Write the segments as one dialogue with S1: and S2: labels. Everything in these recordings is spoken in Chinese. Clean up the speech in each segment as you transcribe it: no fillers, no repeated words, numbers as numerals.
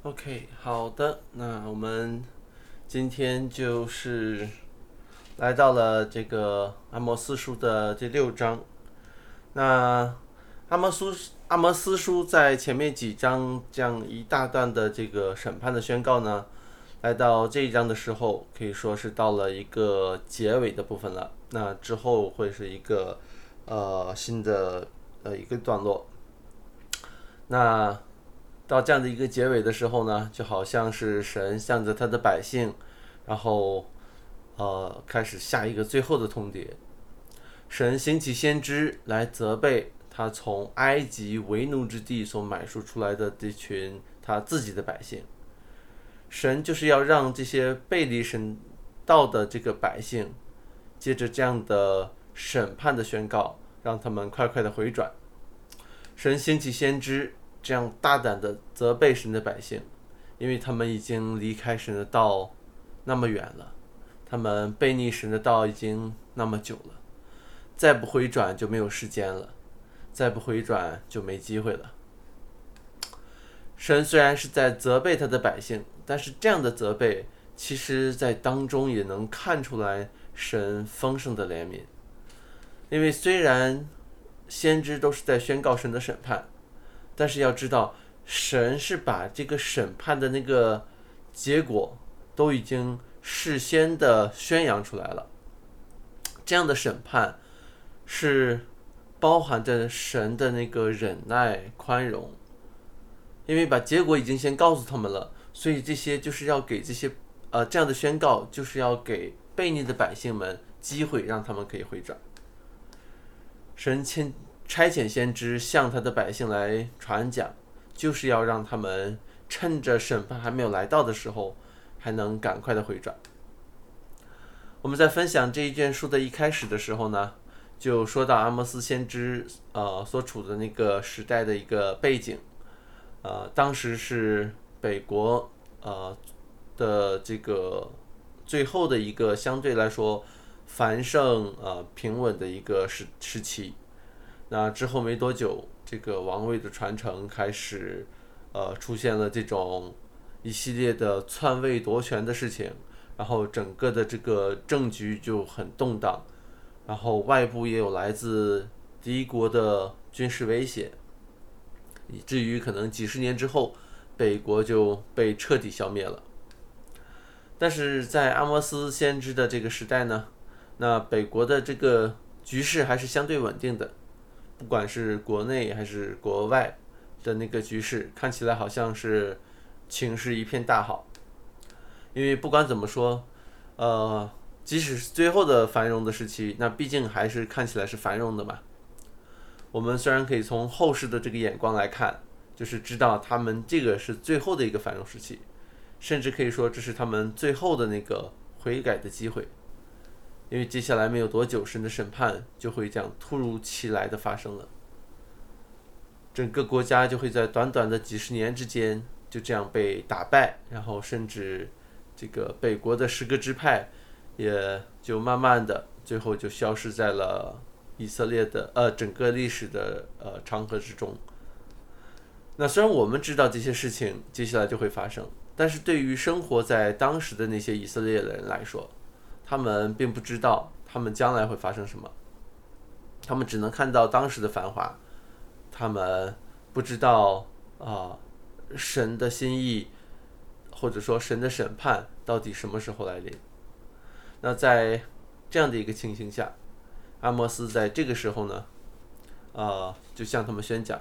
S1: OK，好的，那我们今天就是来到了这个阿摩斯书的第6章。那阿摩斯书在前面几章这样一大段的这个审判的宣告呢，来到这一章的时候，可以说是到了一个结尾的部分了。那之后会是一个新的一个段落。那到这样的一个结尾的时候呢，就好像是神向着他的百姓，然后开始下一个最后的通牒。神兴起先知来责备他从埃及为奴之地所买赎出来的这群他自己的百姓。神就是要让这些背离神道的这个百姓，借着这样的审判的宣告，让他们快快的回转。神兴起先知，这样大胆的责备神的百姓，因为他们已经离开神的道那么远了，他们背逆神的道已经那么久了，再不回转就没有时间了，再不回转就没机会了。神虽然是在责备他的百姓，但是这样的责备其实在当中也能看出来神丰盛的怜悯。因为虽然先知都是在宣告神的审判，但是要知道神是把这个审判的那个结果都已经事先的宣扬出来了。这样的审判是包含着神的那个忍耐宽容，因为把结果已经先告诉他们了，所以这些就是要给这些这样的宣告就是要给悖逆的百姓们机会，让他们可以回转。神差遣先知向他的百姓来传讲，就是要让他们趁着审判还没有来到的时候，还能赶快的回转。我们在分享这一卷书的一开始的时候呢，就说到阿摩斯先知所处的那个时代的一个背景。当时是北国的这个最后的一个相对来说繁盛平稳的一个时期。那之后没多久，这个王位的传承开始出现了这种一系列的篡位夺权的事情，然后整个的这个政局就很动荡，然后外部也有来自敌国的军事威胁，以至于可能几十年之后，北国就被彻底消灭了。但是在阿摩斯先知的这个时代呢，那北国的这个局势还是相对稳定的，不管是国内还是国外的那个局势，看起来好像是情势一片大好。因为不管怎么说，即使是最后的繁荣的时期，那毕竟还是看起来是繁荣的嘛。我们虽然可以从后世的这个眼光来看，就是知道他们这个是最后的一个繁荣时期，甚至可以说这是他们最后的那个悔改的机会。因为接下来没有多久，神的审判就会这样突如其来的发生了，整个国家就会在短短的几十年之间就这样被打败，然后甚至这个北国的10个支派也就慢慢的最后就消失在了以色列的整个历史的长河之中。那虽然我们知道这些事情接下来就会发生，但是对于生活在当时的那些以色列人来说，他们并不知道他们将来会发生什么，他们只能看到当时的繁华，他们不知道神的心意，或者说神的审判到底什么时候来临。那在这样的一个情形下，阿摩斯在这个时候呢，就向他们宣讲。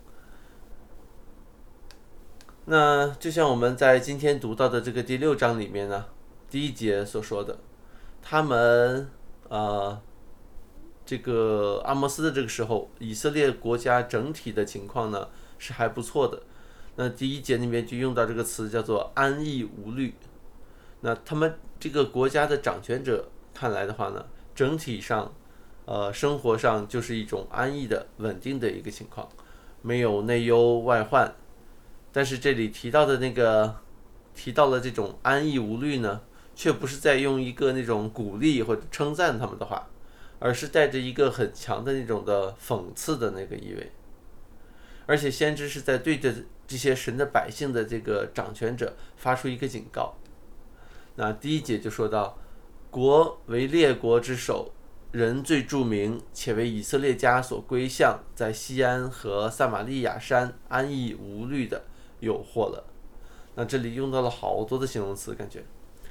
S1: 那就像我们在今天读到的这个第6章里面呢，第1节所说的，他们这个阿摩斯的这个时候，以色列国家整体的情况呢是还不错的。那第1节里面就用到这个词叫做安逸无虑。那他们这个国家的掌权者看来的话呢，整体上生活上就是一种安逸的稳定的一个情况，没有内忧外患。但是这里提到了这种安逸无虑呢，却不是在用一个那种鼓励或者称赞他们的话，而是带着一个很强的那种的讽刺的那个意味。而且先知是在对着这些神的百姓的这个掌权者发出一个警告。那第一节就说到，国为列国之首，人最著名，且为以色列家所归向，在西安和撒玛利亚山安逸无虑的有祸了。那这里用到了好多的形容词，感觉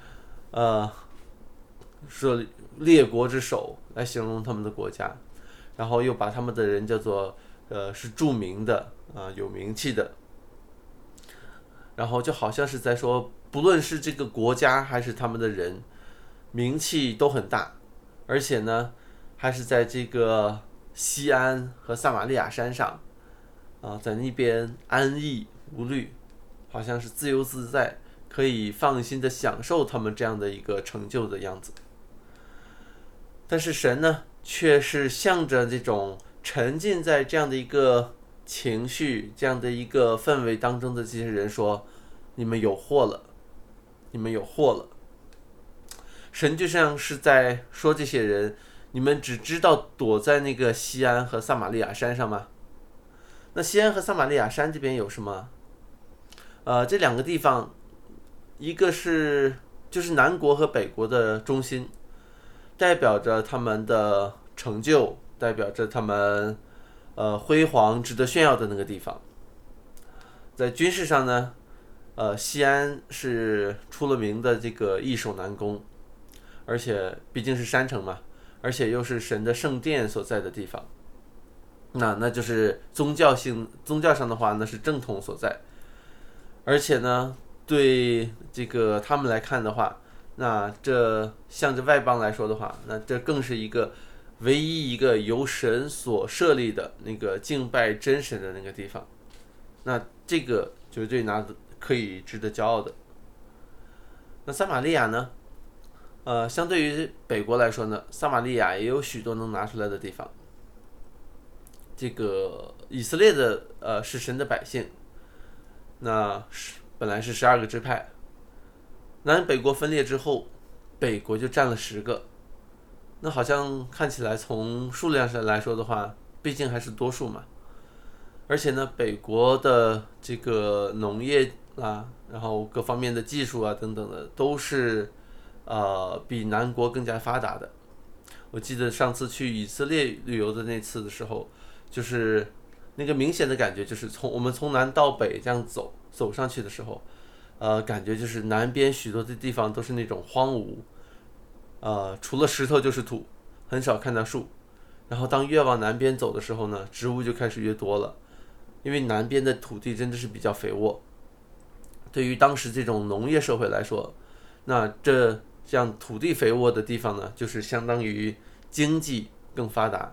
S1: 说列国之首来形容他们的国家，然后又把他们的人叫做是著名的有名气的，然后就好像是在说，不论是这个国家还是他们的人，名气都很大，而且呢还是在这个西安和撒玛利亚山上在那边安逸无虑，好像是自由自在，可以放心的享受他们这样的一个成就的样子。但是神呢，却是向着这种沉浸在这样的一个情绪、这样的一个氛围当中的这些人说：“你们有祸了，你们有祸了。”神就像是在说这些人：“你们只知道躲在那个西安和撒玛利亚山上吗？”那西安和撒玛利亚山这边有什么？这两个地方，一个就是南国和北国的中心。代表着他们的成就，代表着他们辉煌值得炫耀的那个地方。在军事上呢，西安是出了名的这个易守难攻，而且毕竟是山城嘛，而且又是神的圣殿所在的地方。那就是宗教上的话，那是正统所在。而且呢，对这个他们来看的话，那这向着外邦来说的话，那这更是唯一一个由神所设立的那个敬拜真神的那个地方。那这个绝对可以值得骄傲的。那撒玛利亚呢？相对于北国来说呢，撒玛利亚也有许多能拿出来的地方。这个以色列的是神的百姓，那本来是12个支派。南北国分裂之后，北国就占了10个，那好像看起来从数量上来说的话，毕竟还是多数嘛。而且呢，北国的这个农业然后各方面的技术等等的，都是比南国更加发达的。我记得上次去以色列旅游的那次的时候，就是那个明显的感觉，就是我们从南到北这样走上去的时候。感觉就是南边许多的地方都是那种荒芜，除了石头就是土，很少看到树。然后当越往南边走的时候呢，植物就开始越多了，因为南边的土地真的是比较肥沃。对于当时这种农业社会来说，那这样土地肥沃的地方呢，就是相当于经济更发达，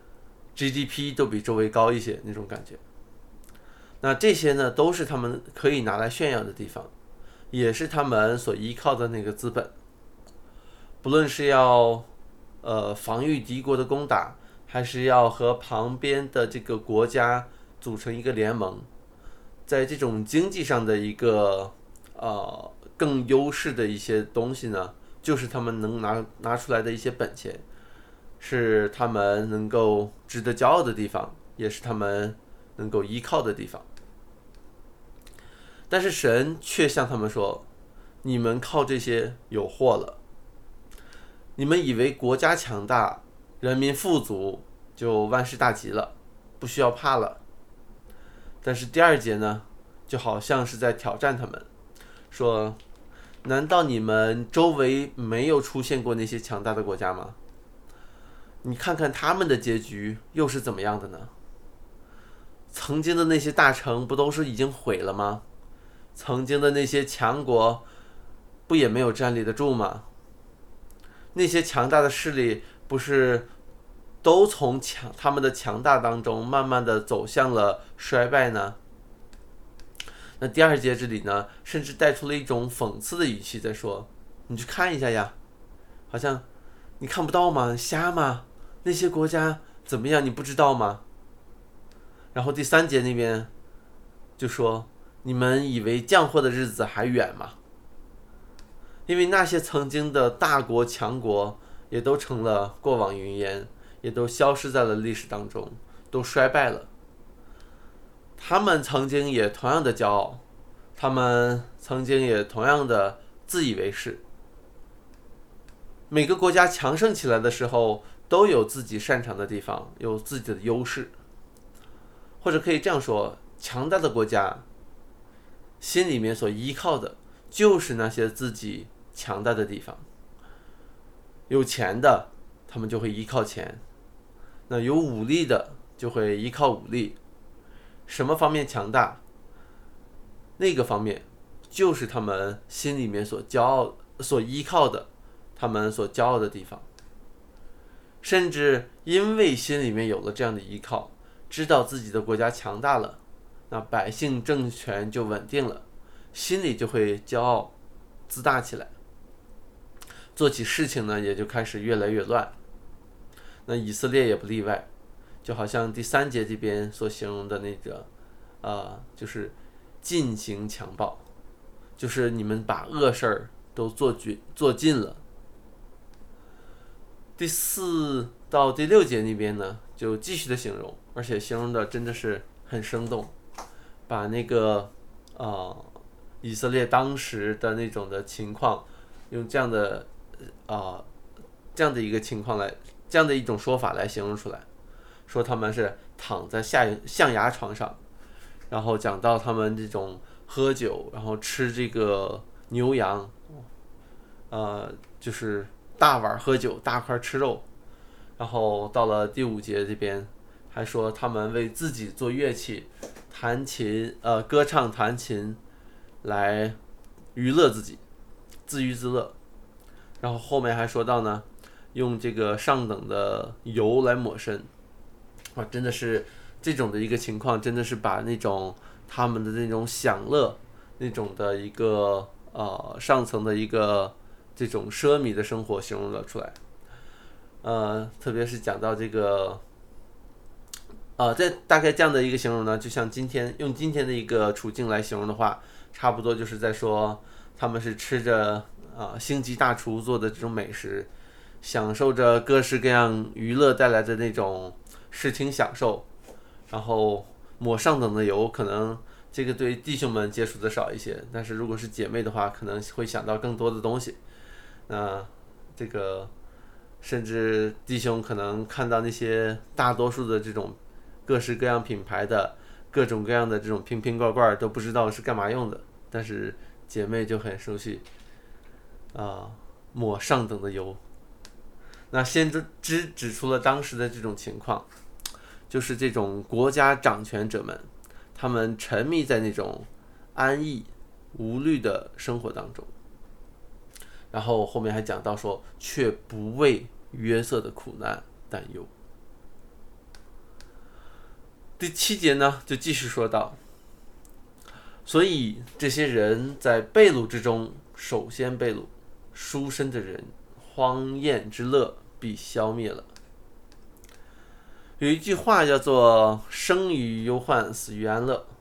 S1: GDP 都比周围高一些那种感觉。那这些呢，都是他们可以拿来炫耀的地方，也是他们所依靠的那个资本。不论是要防御敌国的攻打，还是要和旁边的这个国家组成一个联盟，在这种经济上的一个更优势的一些东西呢，就是他们能拿出来的一些本钱，是他们能够值得骄傲的地方，也是他们能够依靠的地方。但是神却向他们说：“你们靠这些有祸了。你们以为国家强大，人民富足，就万事大吉了，不需要怕了。”但是第2节呢，就好像是在挑战他们，说：“难道你们周围没有出现过那些强大的国家吗？你看看他们的结局又是怎么样的呢？曾经的那些大城不都是已经毁了吗？曾经的那些强国不也没有站立得住吗？那些强大的势力不是都从他们的强大当中慢慢的走向了衰败呢？”那第2节这里呢，甚至带出了一种讽刺的语气，在说：“你去看一下呀，好像你看不到吗？瞎吗？那些国家怎么样？你不知道吗？”然后第3节那边就说：“你们以为降祸的日子还远吗？因为那些曾经的大国强国也都成了过往云烟，也都消失在了历史当中，都衰败了。 他们曾经也同样的骄傲，他们曾经也同样的自以为是。每个国家强盛起来的时候，都有自己擅长的地方，有自己的优势，或者可以这样说，强大的国家心里面所依靠的就是那些自己强大的地方。有钱的，他们就会依靠钱；那有武力的，就会依靠武力。什么方面强大，那个方面就是他们心里面所骄傲、所依靠的，他们所骄傲的地方。甚至因为心里面有了这样的依靠，知道自己的国家强大了，那百姓政权就稳定了，心里就会骄傲自大起来，做起事情呢也就开始越来越乱。那以色列也不例外，就好像第3节这边所形容的那个就是尽行强暴，就是你们把恶事儿都做尽了。第4到第6节那边呢，就继续的形容，而且形容的真的是很生动，把那个以色列当时的那种的情况，用这样的一个情况来，这样的一种说法来形容出来，说他们是躺在象牙床上，然后讲到他们这种喝酒，然后吃这个牛羊，就是大碗喝酒，大块吃肉。然后到了第5节这边，还说他们为自己做乐器，弹琴，歌唱弹琴，来娱乐自己，自娱自乐。然后后面还说到呢，用这个上等的油来抹身，真的是这种的一个情况，真的是把那种他们的那种享乐，那种的一个上层的一个这种奢靡的生活形容了出来。特别是讲到这个，这大概这样的一个形容呢，就像用今天的一个处境来形容的话，差不多就是在说他们是吃着星级大厨做的这种美食，享受着各式各样娱乐带来的那种视听享受，然后抹上等的油，可能这个对弟兄们接触的少一些，但是如果是姐妹的话，可能会想到更多的东西。那这个甚至弟兄可能看到那些大多数的这种各式各样品牌的各种各样的这种瓶瓶罐罐都不知道是干嘛用的，但是姐妹就很熟悉抹上等的油。那先指出了当时的这种情况，就是这种国家掌权者们，他们沉迷在那种安逸无虑的生活当中。然后后面还讲到说，却不为约瑟的苦难担忧。第7节呢，就继续说到，所以这些人在被掳之中首先被掳，书生的人，荒宴之乐必消灭了。有一句话叫做“生于忧患，死于安乐”。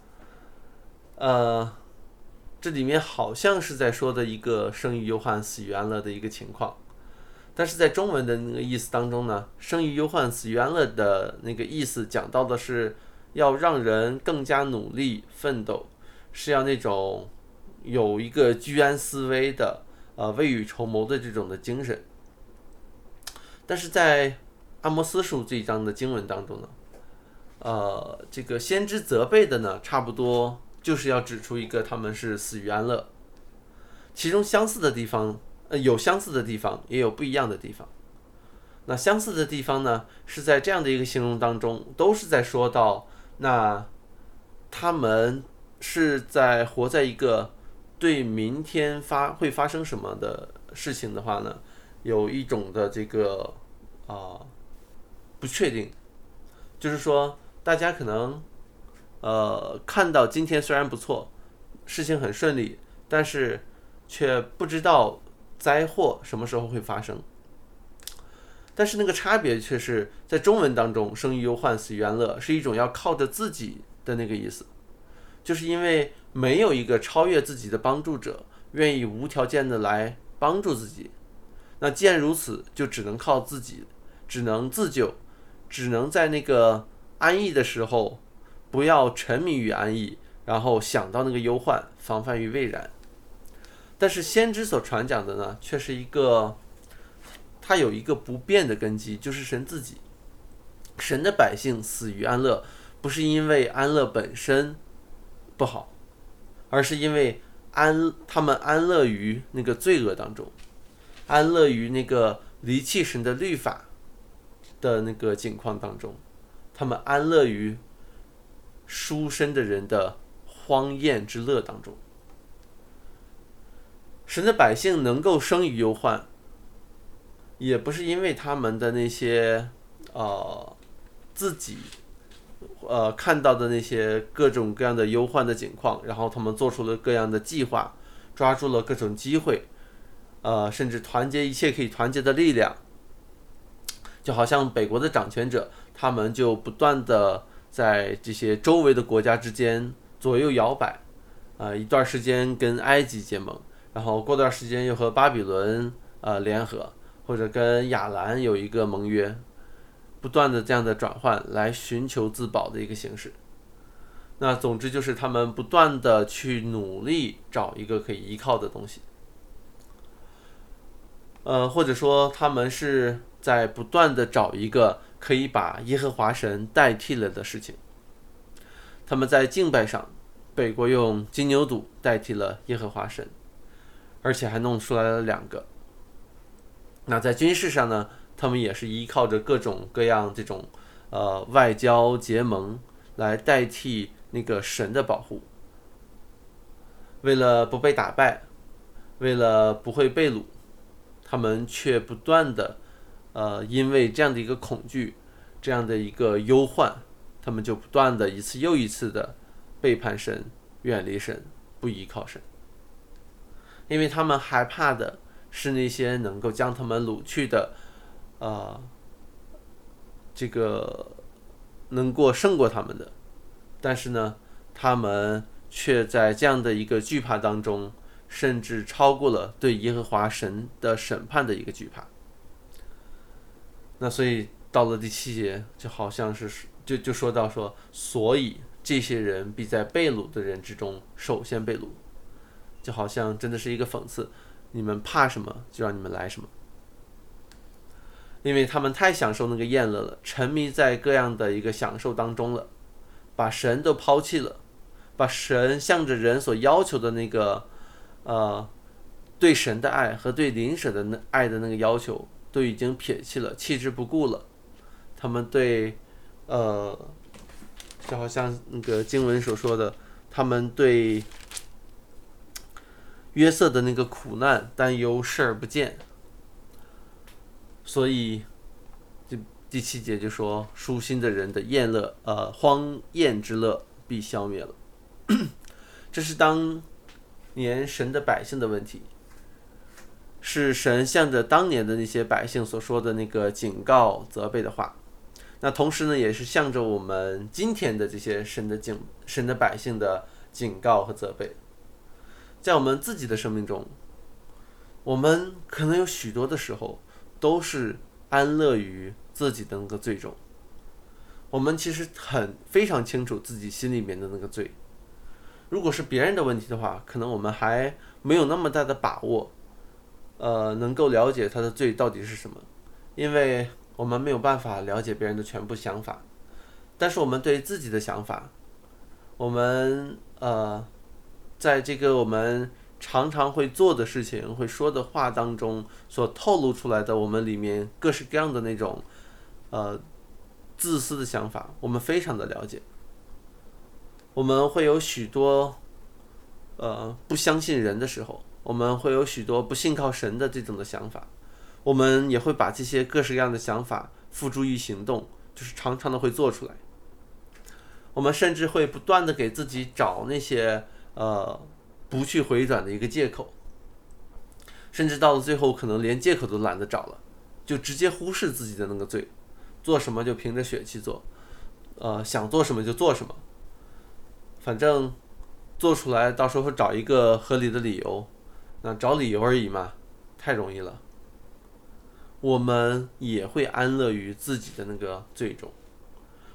S1: 这里面好像是在说的一个生于忧患，死于安乐的一个情况，但是在中文的那个意思当中呢，生于忧患，死于安乐的那个意思讲到的是要让人更加努力奋斗，是要那种有一个居安思危的未雨绸缪的这种的精神。但是在阿摩斯书这一章的经文当中呢，这个先知责备的呢，差不多就是要指出一个他们是死于安乐，其中相似的地方，有相似的地方，也有不一样的地方。那相似的地方呢，是在这样的一个形容当中，都是在说到，那他们是在活在一个对明天会发生什么的事情的话呢，有一种的这个不确定，就是说大家可能看到今天虽然不错，事情很顺利，但是却不知道灾祸什么时候会发生。但是那个差别却是在中文当中，生于忧患，死于安乐，是一种要靠着自己的那个意思，就是因为没有一个超越自己的帮助者愿意无条件的来帮助自己，那既然如此，就只能靠自己，只能自救，只能在那个安逸的时候不要沉迷于安逸，然后想到那个忧患，防范于未然。但是先知所传讲的呢，却是它有一个不变的根基，就是神自己。神的百姓死于安乐，不是因为安乐本身不好，而是因为他们安乐于那个罪恶当中，安乐于那个离弃神的律法的那个境况当中，他们安乐于书生的人的荒宴之乐当中。神的百姓能够生于忧患，也不是因为他们的那些自己看到的那些各种各样的忧患的境况，然后他们做出了各样的计划，抓住了各种机会，甚至团结一切可以团结的力量。就好像北国的掌权者，他们就不断的在这些周围的国家之间左右摇摆，一段时间跟埃及结盟，然后过段时间又和巴比伦联合，或者跟亚兰有一个盟约，不断的这样的转换来寻求自保的一个形式。那总之就是他们不断的去努力找一个可以依靠的东西，或者说他们是在不断的找一个可以把耶和华神代替了的事情。他们在敬拜上，北国用金牛犊代替了耶和华神，而且还弄出来了2个。那在军事上呢，他们也是依靠着各种各样这种外交结盟来代替那个神的保护。为了不被打败，为了不会被掳，他们却不断的因为这样的一个恐惧，这样的一个忧患，他们就不断的一次又一次的背叛神，远离神，不依靠神。因为他们害怕的是那些能够将他们掳去的这个能够胜过他们的，但是呢，他们却在这样的一个惧怕当中，甚至超过了对耶和华神的审判的一个惧怕。那所以到了第7节，就好像是就说到说，所以这些人必在被掳的人之中首先被掳，就好像真的是一个讽刺，你们怕什么就让你们来什么。因为他们太享受那个宴乐了，沉迷在各样的一个享受当中了，把神都抛弃了，把神向着人所要求的那个对神的爱和对邻舍的爱的那个要求都已经撇弃了，弃之不顾了。他们对就好像那个经文所说的，他们对约瑟的那个苦难担忧视而不见。所以第7节就说，舒心的人的荒宴之乐必消灭了。这是当年神的百姓的问题，是神向着当年的那些百姓所说的那个警告责备的话。那同时呢，也是向着我们今天的这些神的百姓的警告和责备。在我们自己的生命中，我们可能有许多的时候都是安乐于自己的那个罪中。我们其实非常清楚自己心里面的那个罪。如果是别人的问题的话，可能我们还没有那么大的把握，能够了解他的罪到底是什么，因为我们没有办法了解别人的全部想法。但是我们对自己的想法，我们在这个我们常常会做的事情、会说的话当中所透露出来的我们里面各式各样的那种自私的想法，我们非常的了解。我们会有许多不相信人的时候，我们会有许多不信靠神的这种的想法，我们也会把这些各式各样的想法付诸于行动，就是常常的会做出来。我们甚至会不断的给自己找那些不去回转的一个借口，甚至到了最后可能连借口都懒得找了，就直接忽视自己的那个罪，做什么就凭着血气做，想做什么就做什么，反正做出来到时候找一个合理的理由，那找理由而已嘛，太容易了。我们也会安乐于自己的那个罪中，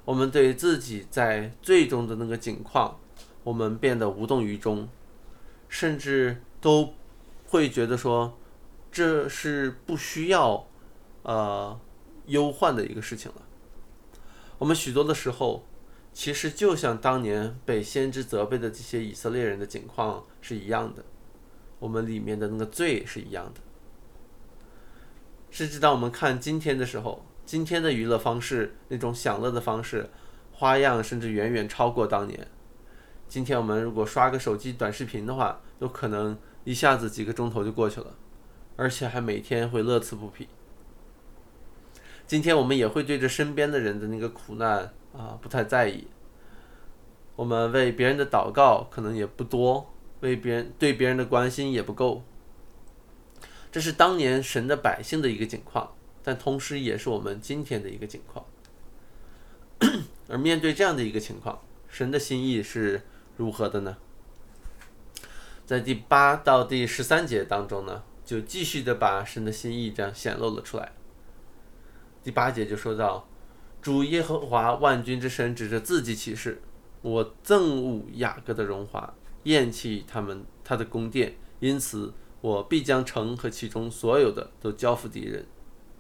S1: 我们对自己在最终的那个境况，我们变得无动于衷，甚至都会觉得说这是不需要忧患的一个事情了。我们许多的时候，其实就像当年被先知责备的这些以色列人的境况是一样的，我们里面的那个罪是一样的。甚至当我们看今天的时候，今天的娱乐方式，那种享乐的方式，花样甚至远远超过当年。今天我们如果刷个手机短视频的话，都可能一下子几个钟头就过去了，而且还每天会乐此不疲。今天我们也会对着身边的人的那个苦难不太在意，我们为别人的祷告可能也不多，对别人的关心也不够。这是当年神的百姓的一个境况，但同时也是我们今天的一个境况。而面对这样的一个情况，神的心意是如何的呢？在第8到第13节当中呢，就继续的把神的心意这样显露了出来。第8节就说到，主耶和华万军之神指着自己起誓，我憎恶雅各的荣华，厌弃他的宫殿，因此我必将城和其中所有的都交付敌人。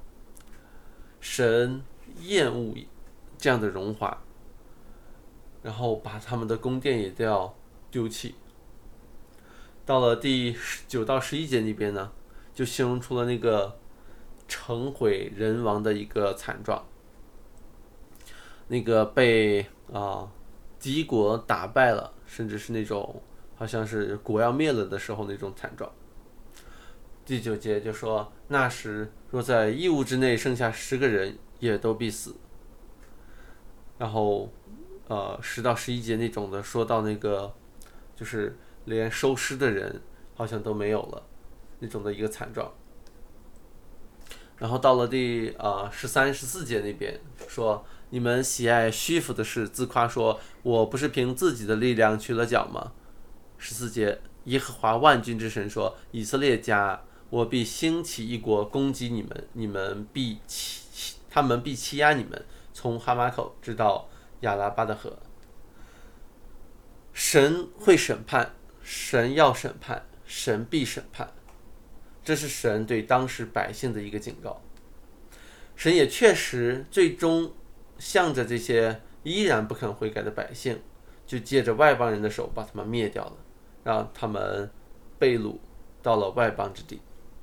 S1: 神厌恶这样的荣华，然后把他们的宫殿也都要丢弃。到了第9到11节那边呢，就形容出了那个城毁人亡的一个惨状，那个被敌国打败了，甚至是那种好像是国要灭了的时候那种惨状。第9节就说，那时若在1屋之内剩下10个人，也都必死。然后10到11节那种的说到那个就是连收尸的人好像都没有了那种的一个惨状。然后到了第13、14节那边说，你们喜爱虚浮的事，自夸说，我不是凭自己的力量取了角吗？14节，耶和华万军之神说，以色列家，我必兴起一国攻击你们，他们必欺压你们，从哈马口直到亚拉巴的河。神会审判，神要审判，神必审判，这是神对当时百姓的一个警告。神也确实最终向着这些依然不肯悔改的百姓，就借着外邦人的手把他们灭掉了，让他们被掳到了外邦之地。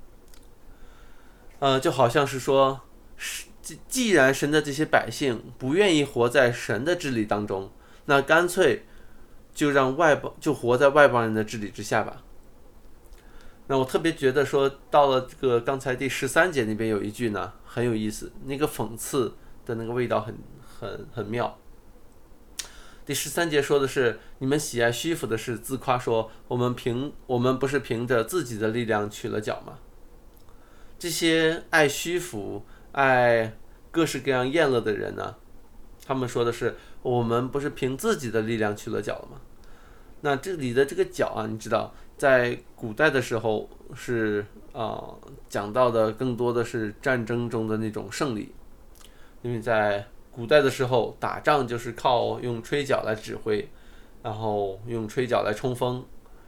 S1: 就好像是说，既然神的这些百姓不愿意活在神的治理当中，那干脆就活在外邦人的治理之下吧。那我特别觉得说，到了这个刚才第13节那边有一句呢，很有意思，那个讽刺的那个味道很妙。第13节说的是，你们喜爱虚浮的事，自夸说，我们不是凭着自己的力量取了角吗？这些爱虚浮、爱各式各样厌乐的人呢，他们说的是，我们不是凭自己的力量取了角了吗？那这里的这个角你知道，在古代的时候是讲到的更多的是战争中的那种胜利，因为在古代的时候打仗就是靠用吹角来指挥，然后用吹角来冲锋，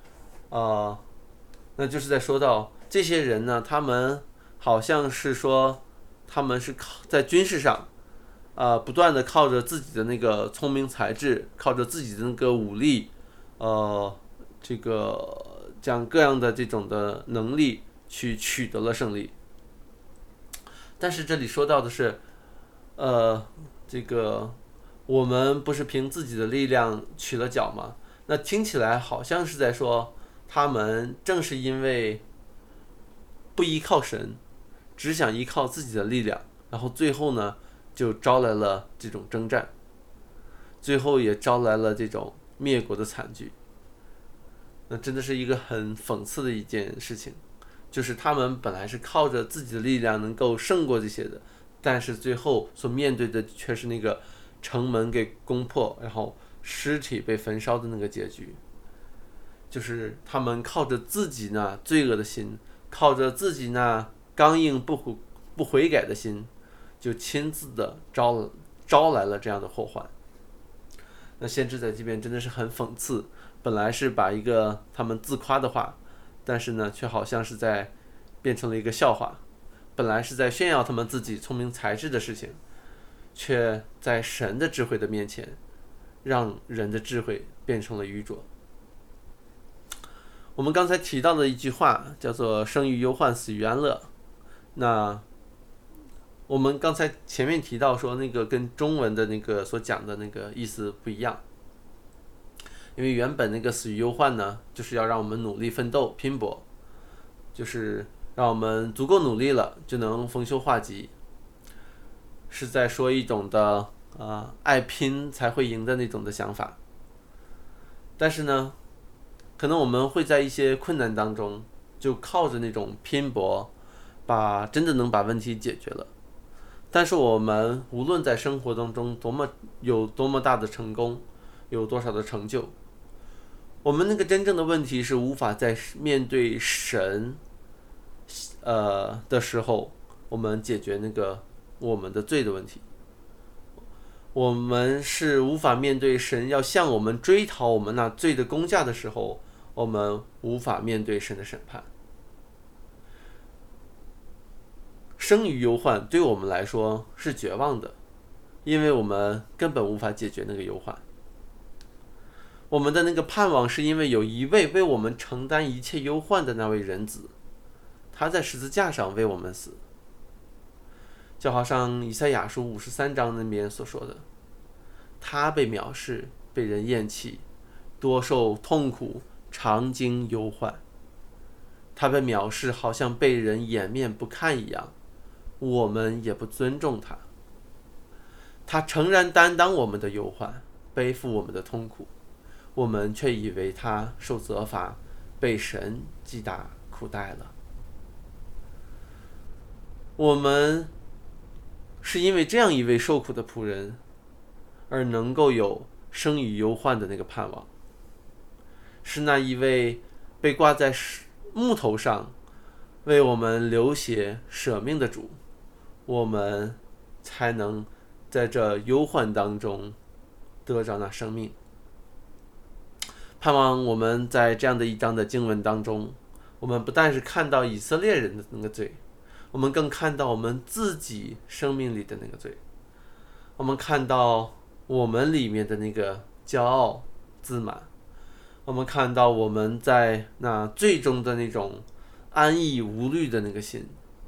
S1: 那就是在说到这些人呢，他们好像是说他们是在军事上不断的靠着自己的那个聪明才智，靠着自己的那个武力，这样各样的这种的能力去取得了胜利。但是这里说到的是我们不是凭自己的力量取了角吗？那听起来好像是在说，他们正是因为不依靠神，只想依靠自己的力量，然后最后呢就招来了这种征战，最后也招来了这种灭国的惨剧。那真的是一个很讽刺的一件事情，就是他们本来是靠着自己的力量能够胜过这些的，但是最后所面对的却是那个城门给攻破，然后尸体被焚烧的那个结局。就是他们靠着自己那罪恶的心，靠着自己那刚硬不悔改的心，就亲自的招招来了这样的祸患。那先知在这边真的是很讽刺，本来是把一个他们自夸的话，但是呢却好像是在变成了一个笑话。本来是在炫耀他们自己聪明才智的事情，却在神的智慧的面前让人的智慧变成了愚拙。我们刚才提到的一句话叫做生于忧患，死于安乐。那我们刚才前面提到说那个跟中文的那个所讲的那个意思不一样，因为原本那个死于忧患呢，就是要让我们努力奋斗拼搏，就是让我们足够努力了就能逢凶化吉，是在说一种的爱拼才会赢的那种的想法。但是呢，可能我们会在一些困难当中就靠着那种拼搏真的能把问题解决了。但是我们无论在生活当中有多么大的成功，有多少的成就，我们那个真正的问题是无法在面对神的时候我们解决那个我们的罪的问题。我们是无法面对神要向我们追讨我们那罪的工价的时候，我们无法面对神的审判。生于忧患对我们来说是绝望的，因为我们根本无法解决那个忧患。我们的那个盼望是因为有一位为我们承担一切忧患的那位人子，他在十字架上为我们死，就好像以赛亚书53章那边所说的，他被藐视，被人厌弃，多受痛苦，常经忧患。他被藐视，好像被人掩面不看一样，我们也不尊重他。他诚然担当我们的忧患，背负我们的痛苦，我们却以为他受责罚，被神击打苦待了。我们是因为这样一位受苦的仆人而能够有生于忧患的那个盼望，是那一位被挂在木头上为我们流血舍命的主，我们才能在这忧患当中得着那生命。盼望我们在这样的一章的经文当中，我们不但是看到以色列人的那个罪，我们更看到我们自己生命里的那个罪。我们看到我们里面的那个骄傲自满，我们看到我们在那最终的那种安逸无虑的那个心，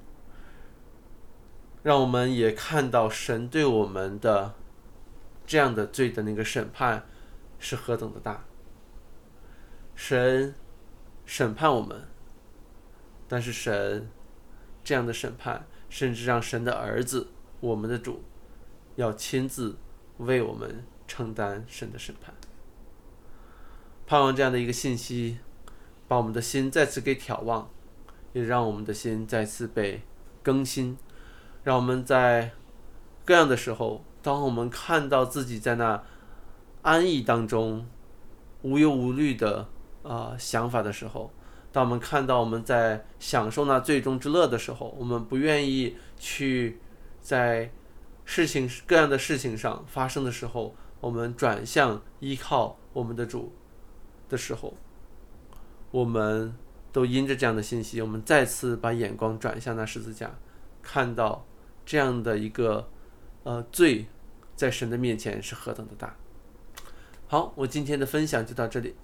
S1: 让我们也看到神对我们的这样的罪的那个审判是何等的大。神审判我们，但是神这样的审判甚至让神的儿子，我们的主，要亲自为我们承担神的审判。盼望这样的一个信息把我们的心再次给挑旺，也让我们的心再次被更新，让我们在各样的时候，当我们看到自己在那安逸当中无忧无虑的想法的时候，当我们看到我们在享受那最终之乐的时候，我们不愿意去在各样的事情上发生的时候，我们转向依靠我们的主的时候，我们都因着这样的信息，我们再次把眼光转向那十字架，看到这样的一个罪在神的面前是何等的大。好，我今天的分享就到这里，